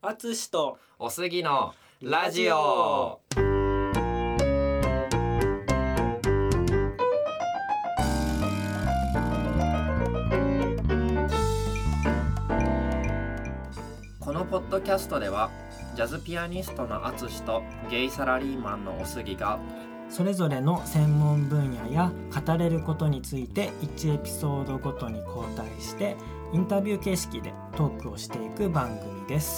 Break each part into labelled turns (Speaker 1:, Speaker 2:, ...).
Speaker 1: あつしと
Speaker 2: おすぎのラジオ。このポッドキャストではジャズピアニストのあつしとゲイサラリーマンのおすぎが
Speaker 1: それぞれの専門分野や語れることについて1エピソードごとに交代してインタビュー形式でトークをしていく番組です。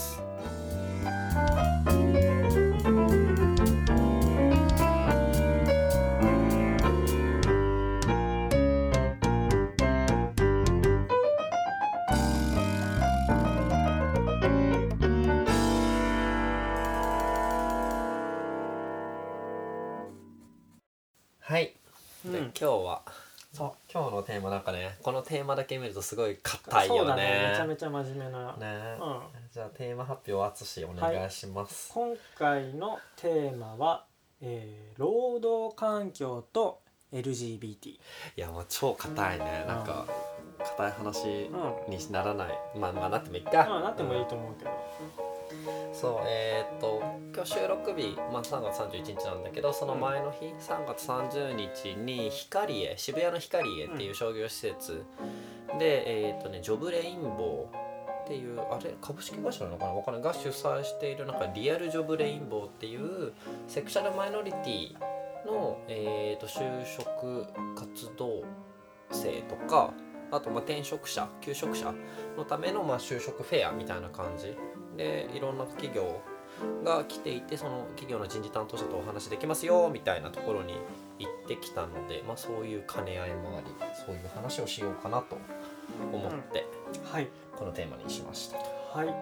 Speaker 2: はい、で今日は
Speaker 1: そう
Speaker 2: 今日のテーマなんかね、このテーマだけ見るとすごい硬いよね。
Speaker 1: そうだね、めちゃめちゃ真面目な、
Speaker 2: ね、じゃあテーマ発表あつしお願いします。
Speaker 1: 今回のテーマは、労働環境と LGBT。
Speaker 2: いやもう超硬いね、なんか硬い話にならない、まあなってもいいか、
Speaker 1: なってもいいと思うけど、
Speaker 2: そう今日収録日、3月31日なんだけど、その前の日、3月30日に光栄、渋谷の光栄っていう商業施設で、ジョブレインボーっていうあれ株式会社なのかな、わかんないが主催しているなんかリアルジョブレインボーっていうセクシャルマイノリティの、就職活動生とか、あと転職者、求職者のための就職フェアみたいな感じで、いろんな企業が来ていて、その企業の人事担当者とお話できますよみたいなところに行ってきたので、そういう兼ね合いもあり、そういう話をしようかなと思って、
Speaker 1: はい、
Speaker 2: このテーマにしました。
Speaker 1: はいね、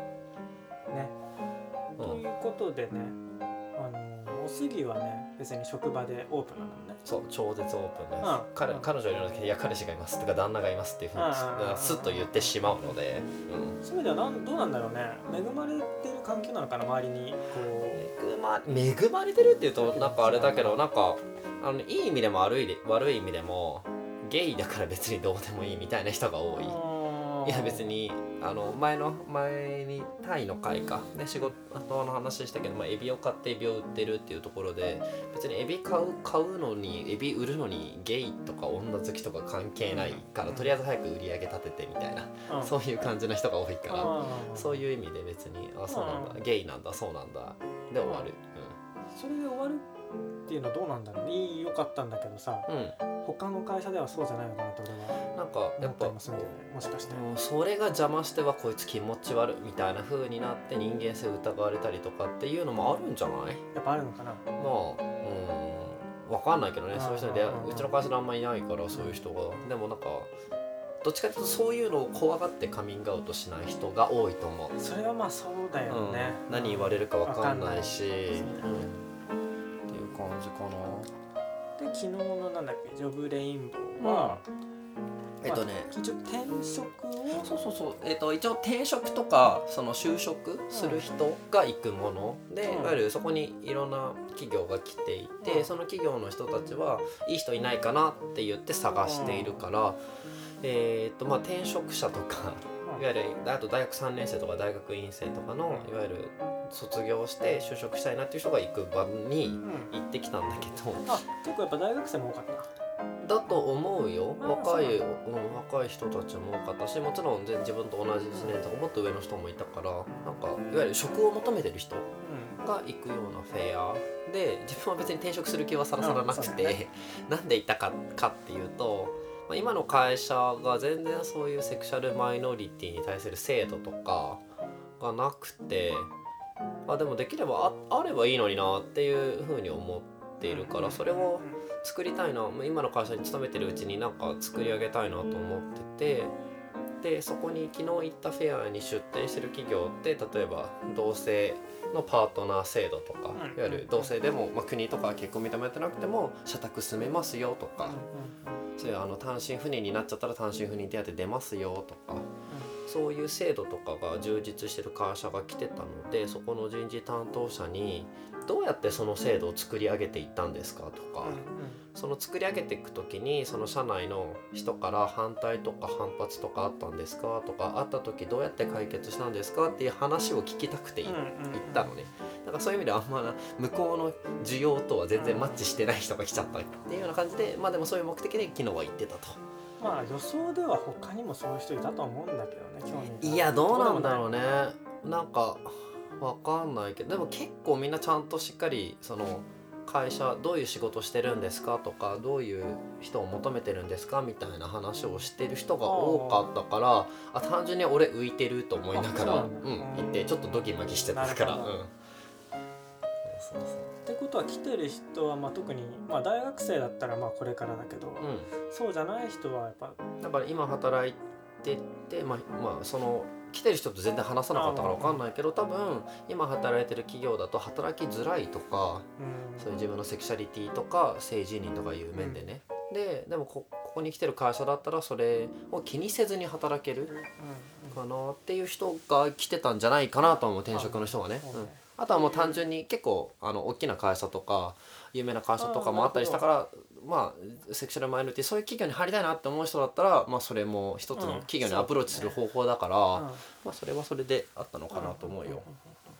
Speaker 1: ということでね、おすぎはね別に職場でオープンなのね。
Speaker 2: そう、超絶オープンです。彼女いるので、いや彼氏がいますとか旦那がいますっていうふうにスッと言ってしまうので、
Speaker 1: そういう意味ではどうなんだろうね、恵まれてる環境なのかな、周りにこ
Speaker 2: う恵まれてるっていうとなんかあれだけど、なんかいい意味でも悪い意味でもゲイだから別にどうでもいいみたいな人が多い。いや別に前にタイの会かで仕事の話したけど、エビを買ってエビを売ってるっていうところで、別にエビ買うのにエビ売るのにゲイとか女好きとか関係ないから、とりあえず早く売り上げ立ててみたいな、そういう感じの人が多いから、そういう意味で別にそうなんだ、ゲイなんだ、そうなんだで終わる、
Speaker 1: それで終わるっていうのはどうなんだろうね。良かったんだけどさ、他の会社ではそうじゃないのかなと俺は
Speaker 2: なんかやっぱ
Speaker 1: もしかして
Speaker 2: それが邪魔してはこいつ気持ち悪いみたいな風になって人間性疑われたりとかっていうのもあるんじゃない？
Speaker 1: やっぱあるのかな。
Speaker 2: 分かんないけどね、そういう人でうちの会社であんまりいないから、そういう人が。でもなんかどっちかというとそういうのを怖がってカミングアウトしない人が多いと思う。
Speaker 1: それはそうだよね、
Speaker 2: 何言われるか分かんないし、っていう感じかな。
Speaker 1: で昨日のジョブレインボーは、一応転職を
Speaker 2: 一応転職とかその就職する人が行くもので、いわゆるそこにいろんな企業が来ていて、その企業の人たちはいい人いないかなって言って探しているから、転職者とかいわゆるあと大学3年生とか大学院生とかのいわゆる卒業して就職したいなっていう人が行く場に行ってきたんだけど、
Speaker 1: 結構やっぱ大学生も多かった
Speaker 2: だと思うよ。若い人たちも多かったし、もちろん自分と同じ1年とかもっと上の人もいたから、なんかいわゆる職を求めてる人が行くようなフェアで、自分は別に転職する気はさらさらなくて、なんで行ったかっていうと、今の会社が全然そういうセクシャルマイノリティに対する制度とかがなくて、でもできれば あればいいのになっていうふうに思っているから、それを作りたいな、今の会社に勤めてるうちになんか作り上げたいなと思ってて、でそこに昨日行ったフェアに出店してる企業って、例えば同性のパートナー制度とか、いわゆる同性でも、国とか結婚認めてなくても社宅住めますよとか、そういう単身赴任になっちゃったら単身赴任手当出ますよとか、そそういう制度とかが充実してる会社が来てたので、そこの人事担当者にどうやってその制度を作り上げていったんですかとか、その作り上げていく時にその社内の人から反対とか反発とかあったんですかとか、あった時どうやって解決したんですかっていう話を聞きたくて行ったのね。だからそういう意味ではあんま向こうの需要とは全然マッチしてない人が来ちゃったっていうような感じで、まあでもそういう目的で昨日は行ってたと。
Speaker 1: まあ予想では他にもそういう人いたと思うんだけどね、興味が。
Speaker 2: いやどうなんだろうね、なんかわかんないけど、でも結構みんなちゃんとしっかりその会社どういう仕事してるんですかとか、どういう人を求めてるんですかみたいな話をしてる人が多かったから、あ単純に俺浮いてると思いながら行ってちょっとドキマキしてたから。
Speaker 1: ってことは来てる人はまあ特に、まあ、大学生だったらまあこれからだけど、そうじゃない人はやっぱ
Speaker 2: だから今働いてて、まあその来てる人と全然話さなかったから分かんないけど、多分今働いてる企業だと働きづらいとか、そういう自分のセクシャリティとか性自認とかいう面でね、でもここに来てる会社だったらそれを気にせずに働けるかなっていう人が来てたんじゃないかなと思う、転職の人がね。あとはもう単純に結構大きな会社とか有名な会社とかもあったりしたから、まあセクシャルマイノリティそういう企業に入りたいなって思う人だったら、まあそれも一つの企業にアプローチする方法だから、まあそれはそれであったのかなと思うよ。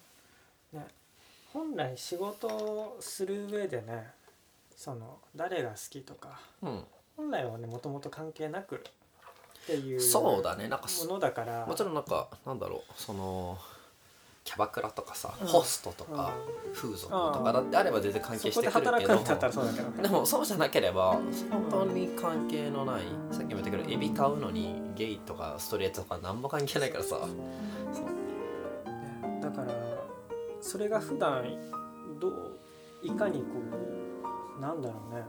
Speaker 1: 本来仕事をする上でね、その誰が好きとか、本来はねもともと関係なくっていう
Speaker 2: そうだね、なんか
Speaker 1: ものだから、
Speaker 2: もちろんなんだろう、そのキャバクラとかさ、ホストとか風俗とかだってあれば全然関係してくるけど、でもそうじゃなければ本当に関係のない、さっきも言ったけどエビ買うのにゲイとかストレートとか何も関係ないからさ。
Speaker 1: だからそれが普段いかにこうなんだろうね、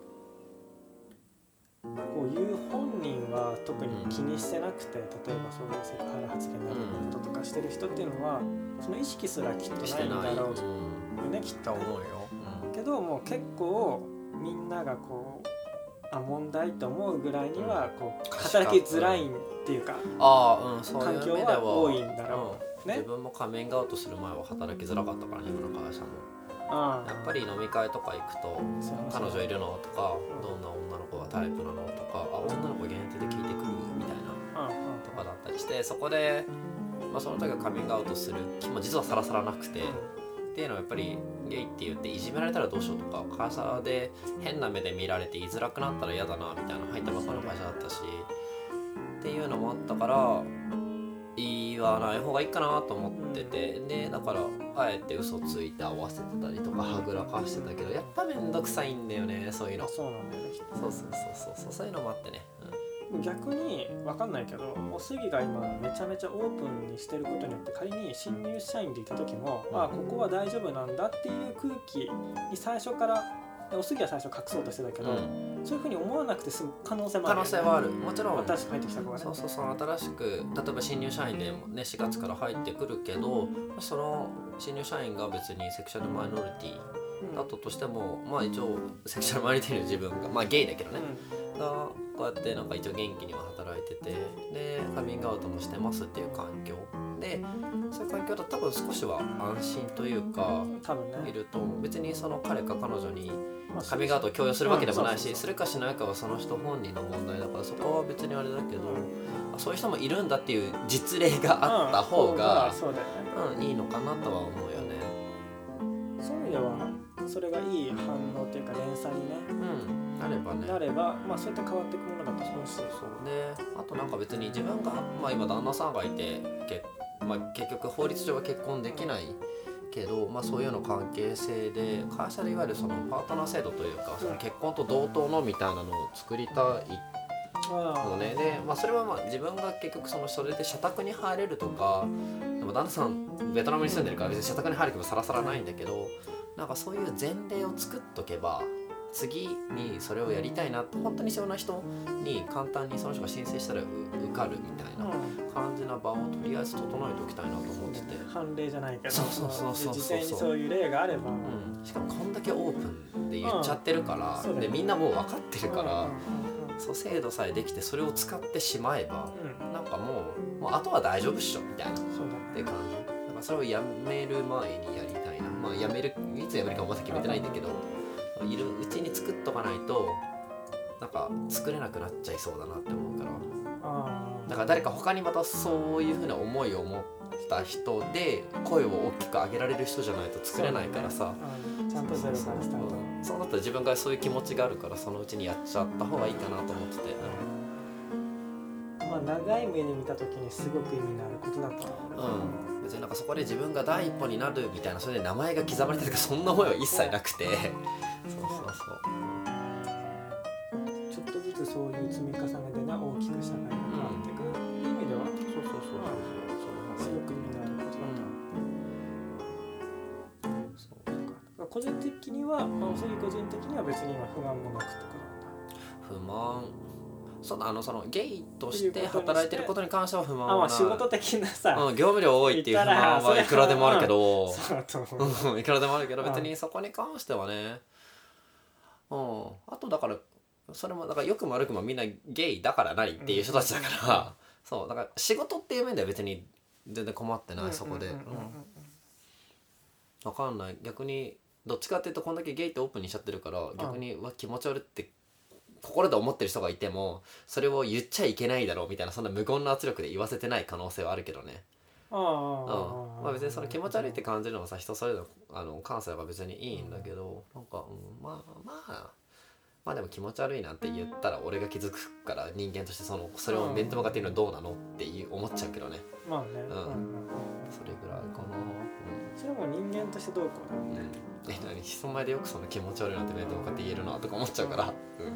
Speaker 1: こういう本人は特に気にしてなくて、例えばそういうセクハラ発言なることとかしてる人っていうのはその意識すらきっとないんだろうよね、きっと思うよ。けどもう結構みんながこう問題と思うぐらいにはこう働きづらいっていうか、環境は多いんだろうね。
Speaker 2: 自分もカミングアウトする前は働きづらかったからね、今の会社も。やっぱり飲み会とか行くと彼女いるのとか、どんな女の子がタイプなのとか、女の子限定で聞いてくるみたいなとかだったりして、そこで、その時はカミングアウトする気も実はさらさらなくて、っていうのはやっぱりゲイって言っていじめられたらどうしようとか、会社で変な目で見られて言いづらくなったら嫌だなみたいな入ったばっかの会社だったしっていうのもあったから、言わない方がいいかなと思ってて、でだからあえて嘘ついて合わせてたりとかはぐらかしてたけど、やっぱめんどくさいんだよね、そういうの。そうなんだよね。そういうのもあってね。
Speaker 1: 逆に分かんないけど、おすぎが今めちゃめちゃオープンにしてることによって、仮に新入社員でいた時も、ここは大丈夫なんだっていう空気に最初から、おすぎは最初隠そうとしてたけど、そういうふうに思わなくて済む可能性もある、ね、可能性はある。もちろん新しく入ってきた子がね、
Speaker 2: そう新しく例えば新入社員でもね4月から入ってくるけど、その新入社員が別にセクシャルマイノリティだったとしても、一応セクシャルマイノリティの自分がゲイだけどね、がこうやってなんか一応元気には働いてて、でカミングアウトもしてますっていう環境で、そういう環境だと多分少しは安心というか、いると別にその彼か彼女にカミングアウトを強要するわけでもないし、するかしないかはその人本人の問題だから、そこは別にあれだけど、そういう人もいるんだっていう実例があった方がいいのかなとは思うよね。
Speaker 1: そういう意味ではそれがいい反応っていうか連鎖にね、
Speaker 2: なればね、
Speaker 1: そうやって変わっていくものだと思うし、
Speaker 2: そうね。あとなんか別に自分が、今旦那さんがいて結局法律上は結婚できないけど、そういうの関係性で会社でいわゆるそのパートナー制度というか、その結婚と同等のみたいなのを作りたいのね。で、それは自分が結局それで社宅に入れるとか、でも旦那さんベトナムに住んでるから別に社宅に入る気もさらさらないんだけど、なんかそういう前例を作っとけば次にそれをやりたいなって本当に必要な人に簡単にその人が申請したら受かるみたいな感じな場をとりあえず整えておきたいなと思ってて、
Speaker 1: 判例じゃないけど、
Speaker 2: そう
Speaker 1: 実際にそういう例があれば、
Speaker 2: しかもこんだけオープンで言っちゃってるから、でみんなもう分かってるから、そう制度さえできてそれを使ってしまえば、 なんかもうあとは大丈夫っしょみたいな
Speaker 1: そうだ
Speaker 2: って感じ。だからそれをやめる前にやりたいな。まあやめるいつやめるかまだ決めてないんだけど、いるうちに作っとかないとなんか作れなくなっちゃいそうだなって思うから。だから誰か他にまたそういう風な思いを持った人で声を大きく上げられる人じゃないと作れないからさ、
Speaker 1: ちゃんとゼロからスタート。
Speaker 2: そうなったら自分がそういう気持ちがあるからそのうちにやっちゃった方がいいかなと思ってて、
Speaker 1: まあ長い目で見た時にすごく意味のあることだと思う。
Speaker 2: 別になんかそこで自分が第一歩になるみたいなそれで名前が刻まれてるとかそんな思いは一切なくてそう
Speaker 1: ちょっとずつそういう積み重ねでね大きく社会が変わっていく意味ではすごく意味のあることだと思う。そうか個人的には、そういう個人的には別に今不満もなくってことなんだ。
Speaker 2: 不満そのゲイとして働いてることに関しては不満はない。
Speaker 1: 仕事的なさ、
Speaker 2: 業務量多いっていう不満はいくらでもあるけどいくらでもあるけど別にそこに関してはね、あとだからそれもだからよくも悪くもみんなゲイだから何っていう人たちだから、そうだから仕事っていう面では別に全然困ってない。そこで分かんない。逆にどっちかっていうとこんだけゲイってオープンにしちゃってるから逆に気持ち悪いって心で思ってる人がいてもそれを言っちゃいけないだろうみたいなそんな無言の圧力で言わせてない可能性はあるけどね。まあ別にその気持ち悪いって感じるのはさ人それぞれ感性は別にいいんだけど、なんか、まあでも気持ち悪いなんて言ったら俺が気づくから人間としてそれを面と向かって言うのはどうなのって思っちゃうけどね。
Speaker 1: まあね、
Speaker 2: それぐらいかな。
Speaker 1: それも人間としてどうこうだね。
Speaker 2: 何人前でよくその気持ち悪いなんて面と向かって言えるなとか思っちゃうから。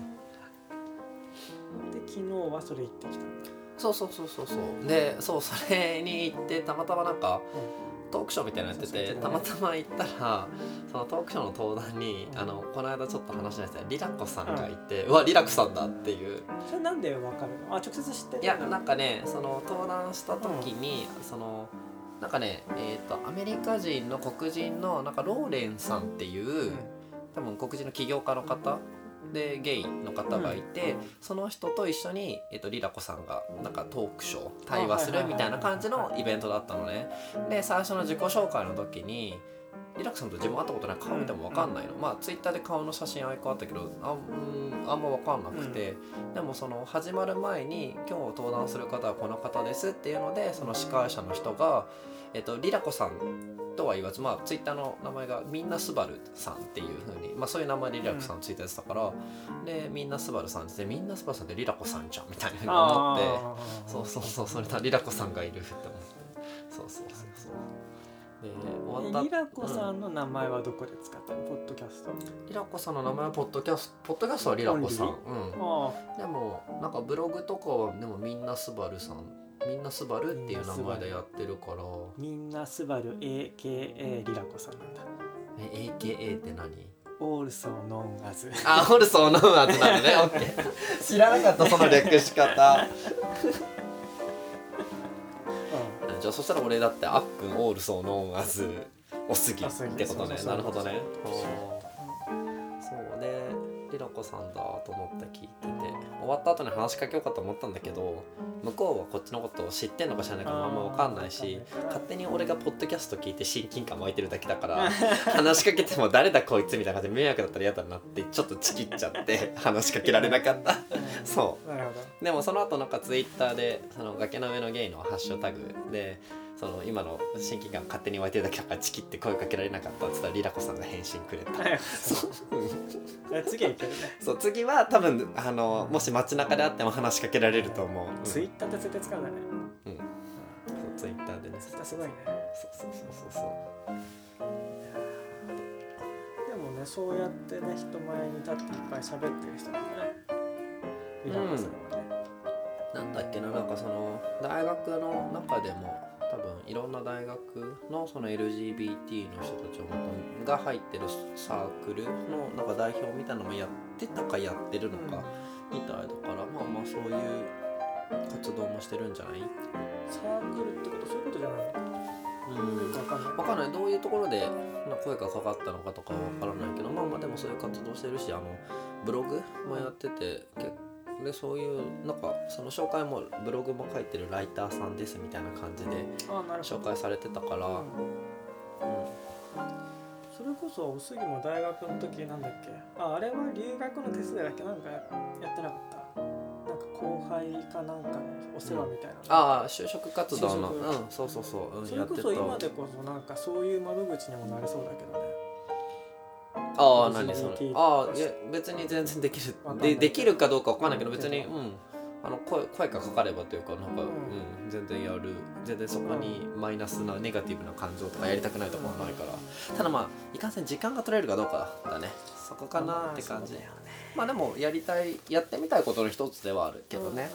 Speaker 1: で昨日はそれ行ってきた。
Speaker 2: そうでそれに行ってたまたまなんか、トークショーみたいなのやっててたまたま行ったらそのトークショーの登壇に、この間ちょっと話しましたリラコさんがいて、うわリラコさんだっていう。
Speaker 1: それなんでわかるの？直接知ってる？
Speaker 2: いやなんかねその登壇した時に、なんかねアメリカ人の黒人のなんかローレンさんっていう、多分黒人の起業家の方でゲイの方がいて、その人と一緒に、リラコさんがなんかトークショー対話するみたいな感じのイベントだったのね。で最初の自己紹介の時にリラコさんと自分会ったことない顔見ても分かんないの。まあツイッターで顔の写真アイコンあったけどあんま分かんなくて、でもその始まる前に今日登壇する方はこの方ですっていうのでその司会者の人がリラコさんとは言わず、まあ、ツイッターの名前がみんなスバルさんっていう風に、まあ、そういう名前でリラコさんツイッターやってたから、でみんなスバルさんってみんなスバルさんってリラコさんじゃんみたいな風に思ってそうそれとリラコさんがいるって思ってそうで終わった。
Speaker 1: リラコさんの名前はどこで使ったの？ポッドキャスト？
Speaker 2: リラコさんの名前はポッドキャストはリラコさん、でもなんかブログとかはでもみんなスバルさんみんなスバルっていう名前でやってるから、
Speaker 1: みんなスバル AKA リラコさんなんだ。
Speaker 2: AKA って何？
Speaker 1: オールソーノンアズ。
Speaker 2: オールソーノンアズなんだね。オッケー。知らなかったその略し方。じゃあそしたら俺だってあっくんオールソーノンアズおすぎってことね。なるほどね。そうでリラコさんだと思って聞いてて、終わった後に話しかけようかと思ったんだけど向こうはこっちのことを知ってんのか知らないかもあんま分かんないし、勝手に俺がポッドキャスト聞いて親近感湧いてるだけだから話しかけても誰だこいつみたいな感じで迷惑だったら嫌だなってちょっとチキっちゃって話しかけられなかったそう
Speaker 1: なるほど。
Speaker 2: でもその後なんかツイッターでその崖の上のゲイのハッシュタグでその今の親近感勝手に湧いてるだけだからチキって声かけられなかったって言ったらリラコさんが返信くれた
Speaker 1: 次はいけるね。
Speaker 2: そう次は多分もし街中で会っても話しかけられると思う。
Speaker 1: ツイッターって絶対使うんだね。
Speaker 2: そうツイッターでね。
Speaker 1: ツイッターすごいね。
Speaker 2: そう
Speaker 1: でもねそうやってね人前に立っていっぱい喋ってる人だね。リラコさんはね。
Speaker 2: なんだっけな、なんかその大学の中でも多分いろんな大学のその LGBT の人たちが入ってるサークルのなんか代表みたいなのもやってたかやってるのかみたいだから、まあそういう活動もしてるんじゃない？
Speaker 1: サークルってことそういうことじゃないの？
Speaker 2: 分かんないどういうところで声がかかったのかとかは分からないけど、まあでもそういう活動してるしブログもやってて結でそういうなんかその紹介もブログも書いてるライターさんですみたいな感じで紹介されてたから、うん、
Speaker 1: それこそおすぎも大学の時なんだっけ、あれは留学の手伝いだっけ、なんかやってなかった、なんか後輩かなんかのお世話みたいな、
Speaker 2: 就職活動のそうそうそう、
Speaker 1: それこそ今でこそなんかそういう窓口にもなれそうだけどね。
Speaker 2: 何それ、いや別に全然できるできるかどうかわかんないけど、別に声がかかればというか、なんか、全然やる、全然そこにマイナスなネガティブな感情とかやりたくないとかはないから、ただまあいかんせん時間が取れるかどうかだね、そこかなって感じ。まあでもやってみたいことの一つではあるけどね。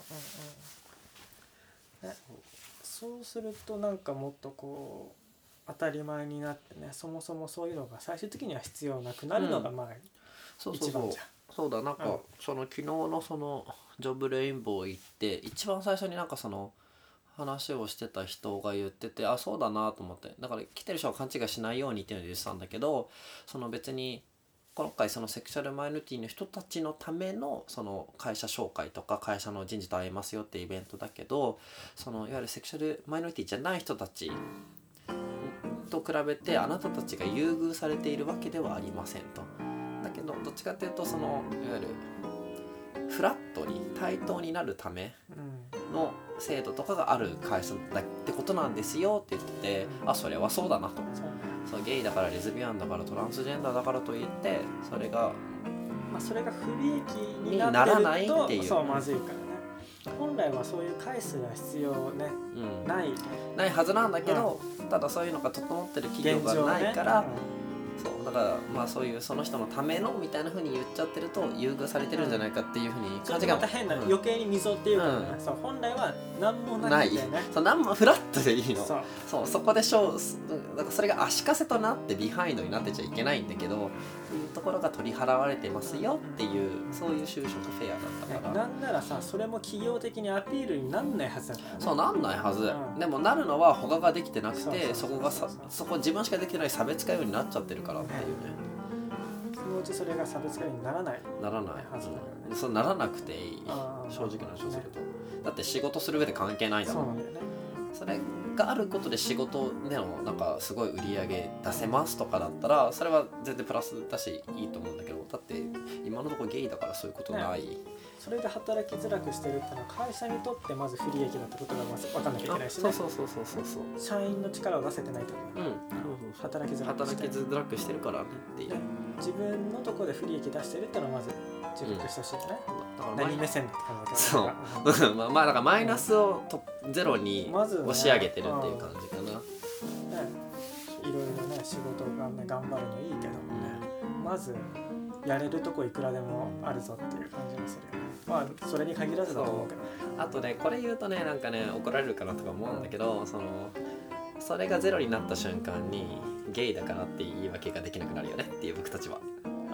Speaker 1: そうするとなんかもっとこう当たり前になってね、そもそもそういうのが最終的には必要なくなるのがまあ一番じゃん。
Speaker 2: そうだ、なんか、その昨日のそのジョブレインボー行って一番最初になんかその話をしてた人が言ってて、そうだなと思って、だから来てる人は勘違いしないようにっていうので言ってたんだけど、その別に今回そのセクシャルマイノリティの人たちのためのその会社紹介とか会社の人事と会えますよってイベントだけど、そのいわゆるセクシャルマイノリティじゃない人たちと比べてあなたたちが優遇されているわけではありませんと。だけどどっちかっていうとそのいわゆるフラットに対等になるための制度とかがある会社だってことなんですよって言ってて、それはそうだなと。そうゲイだからレズビアンだからトランスジェンダーだからといってそれが
Speaker 1: 不利益にならないっていう、そうまずいからね。本来はそういう回数が必要ね、
Speaker 2: ないはずなんだけど、ただそういうのが整ってる企業がないから、そうだからまあそういうその人のためのみたいな風に言っちゃってると優遇されてるんじゃないかっていう風に
Speaker 1: 感じがまた変な、余計に溝っていうか、そう本来は何もないんだよね。
Speaker 2: そう何もフラットでいいの。そこでだからそれが足かせとなってビハインドになってちゃいけないんだけど、ところが取り払われてますよっていうそういう就職フェアだったから。
Speaker 1: なんならさ、それも企業的にアピールになんないはずだからね。
Speaker 2: そうなんないはず、でもなるのは他ができてなくて、そこ自分しかできてない差別化ようになっちゃってるからっていうね。
Speaker 1: そのうちそれが差別化にならないはずだよね。
Speaker 2: そうならなくていい、正直な話をすると、だって仕事する上で関係ないだろう。そうなんだよね。それがあることで仕事でもなんかすごい売り上げ出せますとかだったらそれは全然プラスだしいいと思うんだけど、だって今のところゲイだからそういうことない、
Speaker 1: それで働きづらくしてるってのは会社にとってまず不利益だってことがまず分かんなきゃいけないしね。そう社員の力を出せてないってことだ、働きづらくしてるからねっていう、自分のところで不利益出してるってのはまず自覚してほしいよね。何目線だって感じだ
Speaker 2: そうまあだからマイナスをゼロに押し上げてるっていう感じかな。いろ
Speaker 1: いろね仕事がね頑張るのいいけどもね、まずやれるとこいくらでもあるぞっていう感じがするよね。まあそれに限らずだと思うけど、
Speaker 2: あとねこれ言うとねなんかね怒られるかなとか思うんだけど、それがゼロになった瞬間にゲイだからって言い訳ができなくなるよねっていう僕たちは。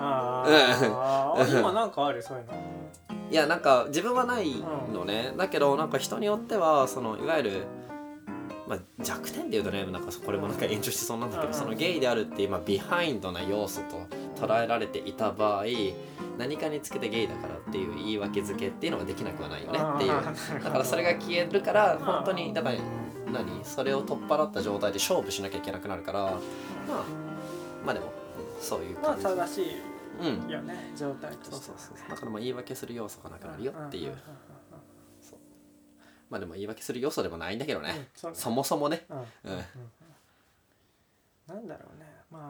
Speaker 1: 今なんかあるそういうの。
Speaker 2: いやなんか自分はないのね、だけどなんか人によってはいわゆる、弱点で言うとねなんかこれもなんか延長しそうなんだけど、そのゲイであるっていうビハインドな要素と捉えられていた場合、何かにつけてゲイだからっていう言い訳付けっていうのができなくはないよねっていう。だからそれが消えるから本当にだからそれを取っ払った状態で勝負しなきゃいけなくなるから、まあでもそういう感じ。
Speaker 1: 正しいよね、状態として。
Speaker 2: だから言い訳する要素がなくなるよっていう。まあでも言い訳する要素でもないんだけどね、そもそもね。
Speaker 1: なんだろうね、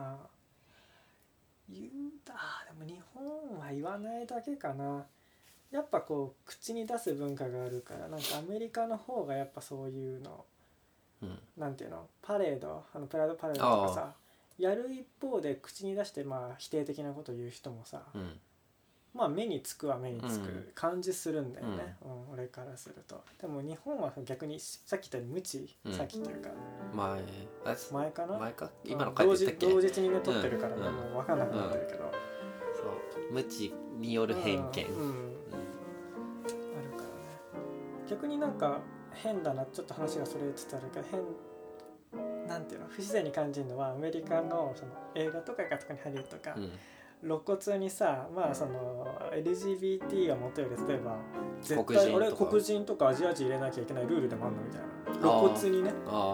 Speaker 1: でも日本は言わないだけかな。やっぱこう口に出す文化があるから、なんかアメリカの方がやっぱそういうの、なんていうの、パレード、プライドパレードとかさやる一方で口に出して否定的なこと言う人もさ、目につくは目につく感じするんだよね、俺からすると。でも日本は逆にさっき言ったように無知、さっきというか前かな、
Speaker 2: 今の回で言ったっけ、
Speaker 1: 同日にね撮ってるからね、もう分かんなくなってるけど、
Speaker 2: そう無知による偏見、あるからね。
Speaker 1: 逆になんか変だな、ちょっと話がそれつつあるけどなんていうの、不自然に感じるのはアメリカのその映画とかが特にハリウッドとか、 露骨にさ、まあその LGBT が元より例えば絶
Speaker 2: 黒人とか
Speaker 1: 対俺黒人とかアジア人入れなきゃいけないルールでもあんのみたいな露骨にね。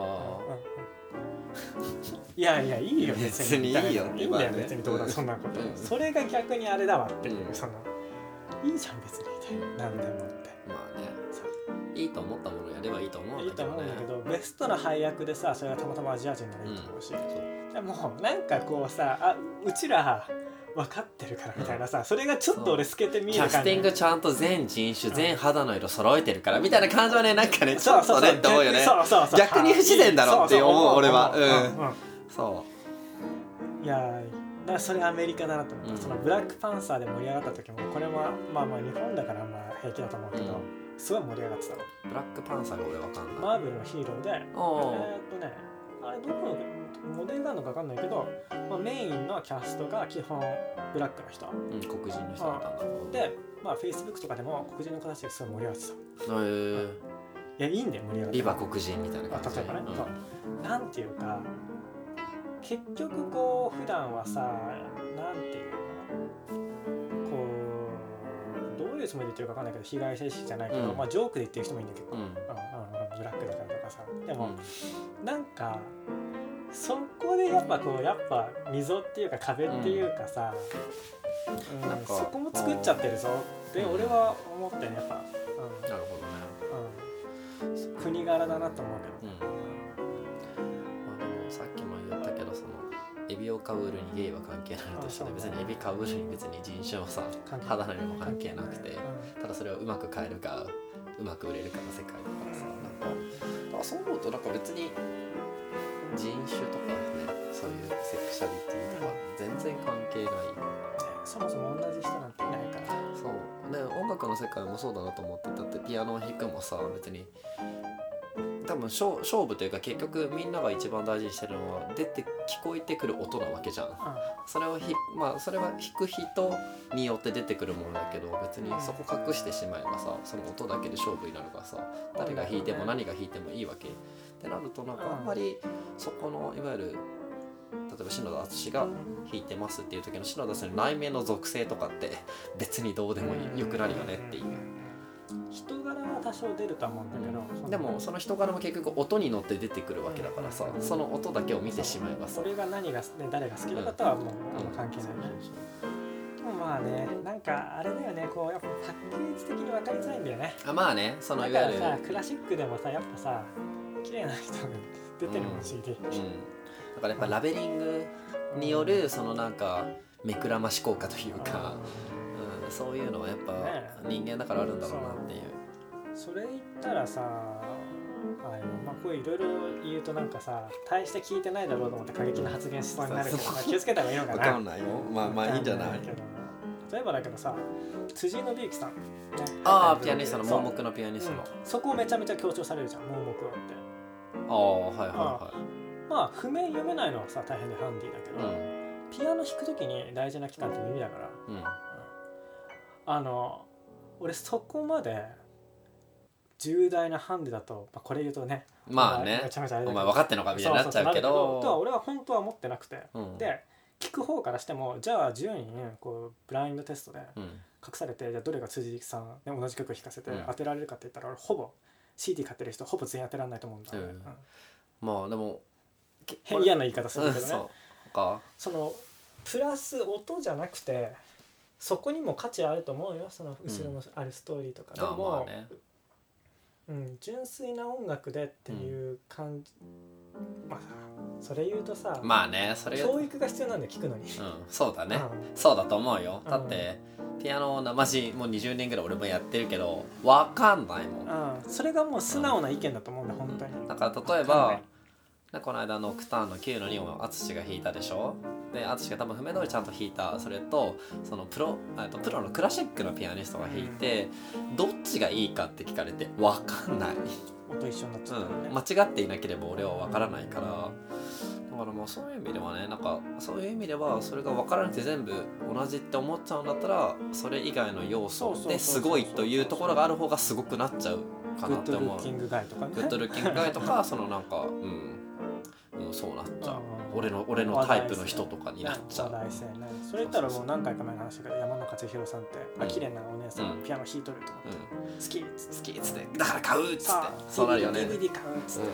Speaker 1: いやいやいいよ
Speaker 2: 別にいいよ
Speaker 1: いいんだよ別にどうだそんなこと、それが逆にあれだわっていう、そのいいじゃん別に何でもって。
Speaker 2: まあね、いいと思ったものやればいいと思うんだけどね。
Speaker 1: いいと思うんだけどベストな配役でさそれがたまたまアジア人ならいいと思うし、でもなんかこうさうちら分かってるからみたいなさ、それがちょっと俺透けて見える感じ。
Speaker 2: キャスティングちゃんと全人種全肌の色揃えてるからみたいな感じはね、なんかねちょっとねって思うよね。逆に不自然だろって思う俺は。そう
Speaker 1: いやだからそれアメリカだなと思った、そのブラックパンサーで盛り上がった時もこれもまあ日本だからまあ平気だと思うけど、すごい盛り上がってたの。
Speaker 2: ブラックパンサーが俺わかんない。
Speaker 1: マーベルのヒーローであれどこのモデルなのか分かんないけど、まあ、メインのキャストが基本ブラックの人、
Speaker 2: 黒人の人だったんだ。
Speaker 1: で、まあ Facebook とかでも黒人の子たちですごい盛り上がってた。いやいいんだよ盛り上がって。
Speaker 2: リバ黒人みたいな感じ。
Speaker 1: 例えばね、なんていうか結局こう普段はさなんていうのこうどういうつもりで言ってるか分かんないけど被害者意識じゃないけど、まあジョークで言ってる人もいいんだけど、ブラックだからとかさ、でも、なんかそこでやっぱ溝っていうか壁っていうかさ、そこも作っちゃってるぞって俺は思ってねやっぱ、
Speaker 2: なるほどね、
Speaker 1: 国柄だなと思うけど、
Speaker 2: まあでもさっきも言ったけどそのエビをかぶるにゲイは関係ないとして、別にエビかぶるに別に人種もさ肌の色も関係なくて、ただそれをうまく変えるかうまく売れるかの世界だからさ、なんかそう思うとなんか別に人種とかね、そういうセクシャリティとか全然関係ない。
Speaker 1: そもそも同じ人なんていないから。
Speaker 2: そうね、音楽の世界もそうだなと思ってたって、ピアノを弾くもさ別に多分勝負というか結局みんなが一番大事にしてるのは出て聞こえてくる音なわけじゃん、それをそれは弾く人によって出てくるものだけど、別にそこ隠してしまえばさその音だけで勝負になるからさ、誰が弾いても何が弾いてもいいわけってなると、なんかあんまりそこのいわゆる例えば篠田敦が弾いてますっていう時の篠田さんの内面の属性とかって別にどうでもよくなるよねっていう。
Speaker 1: 人柄は多少出ると思うんだけど、
Speaker 2: でもその人柄も結局音に乗って出てくるわけだからさ、その音だけを見てしまえばさ、
Speaker 1: 俺が何が、ね、誰が好きな方はもう関係ないね。まあね、なんかあれだよね、こうやっぱパッケージ的に分かりづらいんだよね。
Speaker 2: まあね、そのい
Speaker 1: だ
Speaker 2: わゆる
Speaker 1: からさクラシックでもさやっぱさ綺麗な人が出てるもん CD、
Speaker 2: だからやっぱラベリングによるそのなんか目くらまし効果というか、そういうのはやっぱ人間だからあるんだろうなっていう。
Speaker 1: それ言ったらさ、まあこういろいろ言うとなんかさ大して聞いてないだろうと思って過激な発言しそうになるけど、気をつけた方がいいのかな。
Speaker 2: 分かんないよ。まあいいんじゃない。
Speaker 1: 例えばだけどさ、辻信之さん、
Speaker 2: ピアニストの盲目のピアニストの、
Speaker 1: そこをめちゃめちゃ強調されるじゃん、盲目をって。
Speaker 2: はいはい。
Speaker 1: まあ譜面読めないのはさ大変でハンディだけど、ピアノ弾くときに大事な期間って耳だから、俺そこまで重大なハンデだと、これ言うとね、
Speaker 2: まあね、
Speaker 1: めちゃめちゃあれだけど、
Speaker 2: お前分かってんのかみたいになっちゃうけど、
Speaker 1: とは俺は本当は思ってなくて、で聞く方からしても、じゃあ10人こうブラインドテストで隠されて、じゃあどれが辻さん、ね、同じ曲弾かせて当てられるかって言ったら、俺ほぼ CD 買ってる人ほぼ全員当てられないと思うんだよね。
Speaker 2: まあでも
Speaker 1: 嫌な言い方するけどね、
Speaker 2: そ
Speaker 1: のプラス音じゃなくてそこにも価値あると思うよ、その後ろのあるストーリーとか、でも、純粋な音楽でっていう感じ、それ言うとさ、
Speaker 2: まあね、それ
Speaker 1: 教育が必要なんで聞くのに、
Speaker 2: そうだね、そうだと思うよ。だってピアノ生地もう20年ぐらい俺もやってるけど分かんないもん、
Speaker 1: それがもう素直な意見だと思うんだ、本当に。
Speaker 2: だから例えばこの間のノクターンの9の2を淳が弾いたでしょ。で淳が多分譜面通りちゃんと弾いたそれと、そのプロのクラシックのピアニストが弾いて、どっちがいいかって聞かれて分かんない。
Speaker 1: 音一緒になっちゃうね、
Speaker 2: 間違っていなければ俺は分からないから、だからまあそういう意味ではね、なんかそういう意味ではそれが分からなくて全部同じって思っちゃうんだったら、それ以外の要素ですごいというところがある方がすごくなっちゃうかなって思う。
Speaker 1: グッドルッキングガイとかね。
Speaker 2: グッドルッキングガイとかそのなんかそうなっちゃう。 俺のタイプの人とかになっちゃう。
Speaker 1: 話題性ね。それ言ったらもう何回か前の話だけど、山野勝弘さんって綺麗なお姉さん、ピアノ弾いとると思って、好きっつってだから買うっつって、そうなるよね。 DVD 買うっつって、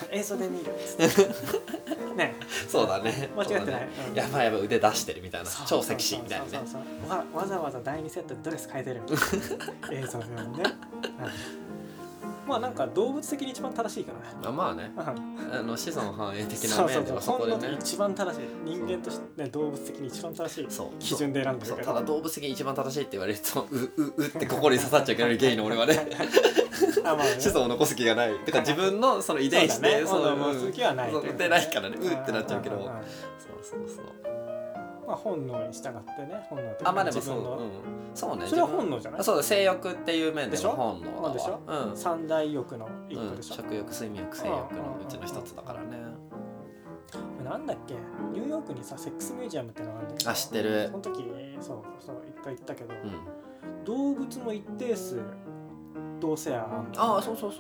Speaker 1: 映像で見るっつってね。
Speaker 2: そうだね、
Speaker 1: 間違ってない。
Speaker 2: やばい腕出してるみたいな、超セクシーみたいなね。
Speaker 1: わざわざ第2セットでドレス変えてるみたいな映像でね。まあなんか動物的に一番正しいからね。
Speaker 2: まあね、子孫繁栄的な面ではそこでね、
Speaker 1: 一番正しい、人間として、ね、動物的に一番正しい基準で選んでるけど、
Speaker 2: ただ動物的に一番正しいって言われるとうって心に刺さっちゃいけないゲイの俺はね子孫を残す気がない。てか自分のその遺伝子で
Speaker 1: 残す気はない
Speaker 2: でないからね、ってなっちゃうけど、そう
Speaker 1: まあ本能に従ってね、本能って
Speaker 2: まあでもそうね、
Speaker 1: それは本能じゃない？
Speaker 2: そうだ、性欲っていう面でも本能だわ。
Speaker 1: でしょ？三大欲の一個でしょ。
Speaker 2: 食欲、睡眠欲、性欲のうちの一つだからね。
Speaker 1: なんだっけ、ニューヨークにさセックスミュージアムってのがあるんだけど、
Speaker 2: 知ってる。
Speaker 1: その時そう一回行ったけど、動物も一定数同性愛あんの。
Speaker 2: そうそう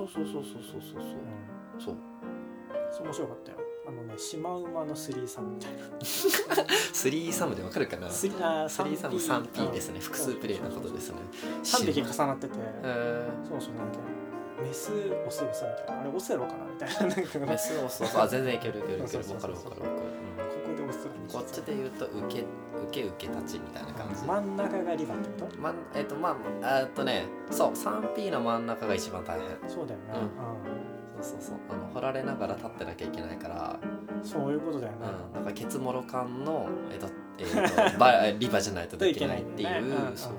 Speaker 1: 面白かったよ。シマウマのスリーサムみたいな
Speaker 2: スリーサムでわかるかな。スリーサム 3P ですね。複数プレイのことですね。
Speaker 1: 3匹重なってて、そうなんだっけ、メスオスみたいな、あれオセロかなみたいな。
Speaker 2: メスオス、全然いけるわかる。ここで
Speaker 1: オス
Speaker 2: こっちで言うと受け立ちみたいな感じ。
Speaker 1: 真ん中がリバってこと？
Speaker 2: そう 3P の真ん中が一番大変。
Speaker 1: そうだよね。
Speaker 2: そう掘られながら立ってなきゃいけないから。
Speaker 1: そういうことだよね。
Speaker 2: なんかケツモロ感のリバじゃないとできないっていう。そう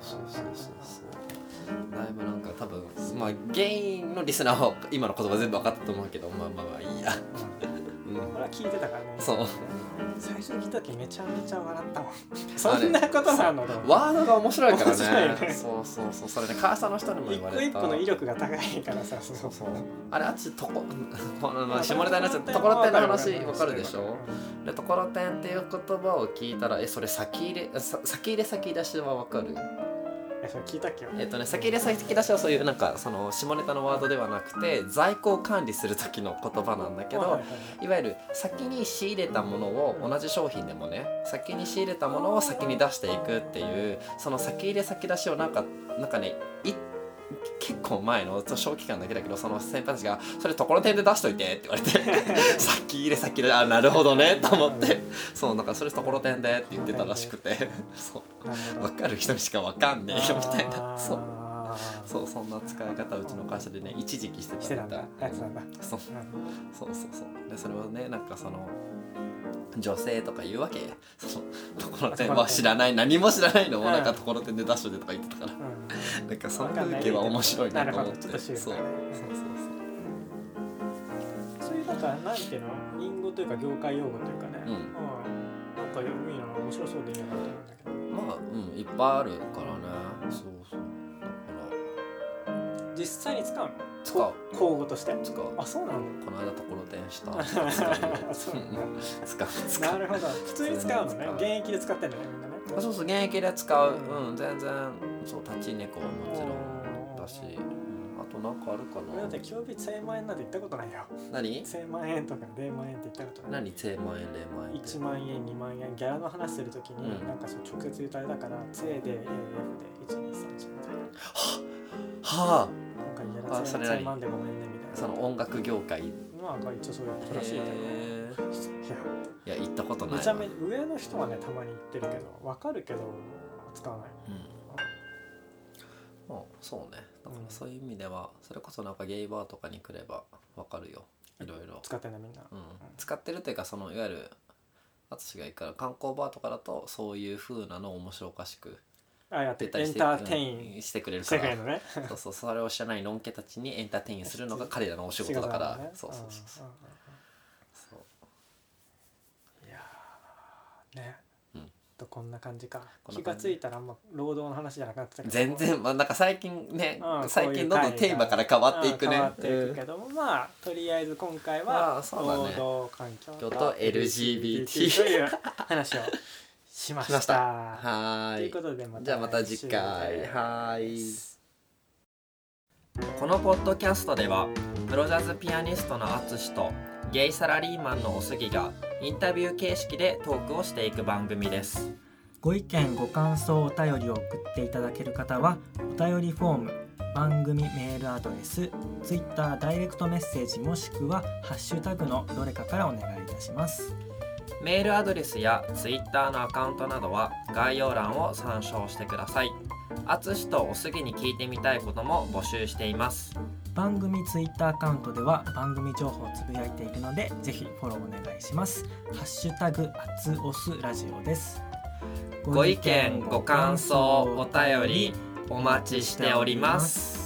Speaker 2: だいぶなんか多分ゲイのリスナーは今の言葉全部分かったと思うけど、まあいいや。
Speaker 1: 俺は聞いてたからね。
Speaker 2: そう。
Speaker 1: 最初に聞いた時めちゃめちゃ笑ったもん。そんなことなの？
Speaker 2: ワードが面白いからね。そうそれね、母さんの人にも言われた。
Speaker 1: 一個の威力が高いからさ。そう
Speaker 2: あれ下ネタになっちゃうところてんの話わかるでしょ。でところてんっていう言葉を聞いたらそれ先入れ先出しはわかる？
Speaker 1: それ聞いたっけ？
Speaker 2: 先入れ先出しはそういうなんかその下ネタのワードではなくて在庫を管理する時の言葉なんだけど、いわゆる先に仕入れたものを同じ商品でもね、先に仕入れたものを先に出していくっていう、その先入れ先出しをなんかね結構前の長期間だけだけど、その先輩たちがそれところてんで出しといてって言われて先入れ先でなるほどねと思って、そうなんかそれところてんでって言ってたらしくて、そう分かる人にしか分かんねえよみたいな、そうそんな使い方うちの会社でね一時期してたみたい。そうでそれをねなんかその女性とか言うわけ。そのところてんは知らない、何も知らないのをなんかところてんで出しといてとか言ってたから、なんかその風景は面白いなと思って。そう
Speaker 1: いうなんかなんていうの、隠語というか業界用語というかね、なんか読みの面白そうでいいなと思うんだけど。
Speaker 2: いっぱいあるからね。そう
Speaker 1: だから実際に使うの？
Speaker 2: 使う。
Speaker 1: 口語として
Speaker 2: 使う。
Speaker 1: あ、そうなの？
Speaker 2: この間ところてんした。
Speaker 1: そうなんだ。
Speaker 2: 使う。
Speaker 1: なるほど。普通に使うのね。現役で使ってんだね、みんなね。
Speaker 2: そう現役で使う。全然そう立ち猫はもちろんだし、あとなんかあるかな。
Speaker 1: 俺だって今日1000万円なんて言ったことないよ。
Speaker 2: 何
Speaker 1: ？1000万円とか0万円って言ったことない。
Speaker 2: 何1000万円0万円
Speaker 1: 1万円2万円ギャラの話するときに、なんかそう直接言うとあれだから、税で AF で1234みたいな。
Speaker 2: はあ。
Speaker 1: 今回ギャラ1000万でごめんねみたいな。
Speaker 2: その音楽業界。
Speaker 1: まあ一応そういうことらしいけど。
Speaker 2: いや行ったことない。
Speaker 1: めちゃめちゃ上の人はねたまに言ってるけど、わかるけど使わない。
Speaker 2: そうね。だからそういう意味ではそれこそなんかゲイバーとかに来ればわかるよ。いろいろ
Speaker 1: 使ってんだみんな。
Speaker 2: 使ってるというか、そのいわゆる私が行くから観光バーとかだとそういう風なのを面白おかしく
Speaker 1: やってエンターテイン
Speaker 2: してくれるから、
Speaker 1: ね、
Speaker 2: そうそれを知らないのんけたちにエンターテインするのが彼らのお仕事だから、そう
Speaker 1: いやね、こんな感じか。気がついたらあんま労働の話じゃなくなってたけど、
Speaker 2: 全然なんか最近ね、最近どんどんテーマから変わっていくね。
Speaker 1: 変わっていくけども、まあとりあえず今回は労働環境
Speaker 2: と LGBT
Speaker 1: という話をしました。
Speaker 2: はい。
Speaker 1: ということで
Speaker 2: じゃあまた次回。はい。このポッドキャストではプロジャズピアニストのアツシと
Speaker 3: ゲイサラリーマンのおすぎがインタビュー形式でトークをしていく番組です。
Speaker 1: ご意見ご感想お便りを送っていただける方はお便りフォーム、番組メールアドレス、ツイッターダイレクトメッセージもしくはハッシュタグのどれかからお願いいたします。
Speaker 3: メールアドレスやツイッターのアカウントなどは概要欄を参照してください。あつしとおすぎに聞いてみたいことも募集しています。
Speaker 1: 番組ツイッターアカウントでは番組情報をつぶやいているのでぜひフォローお願いします。ハッシュタグあつおすラジオです。
Speaker 3: ご意見ご感想お便りお待ちしております。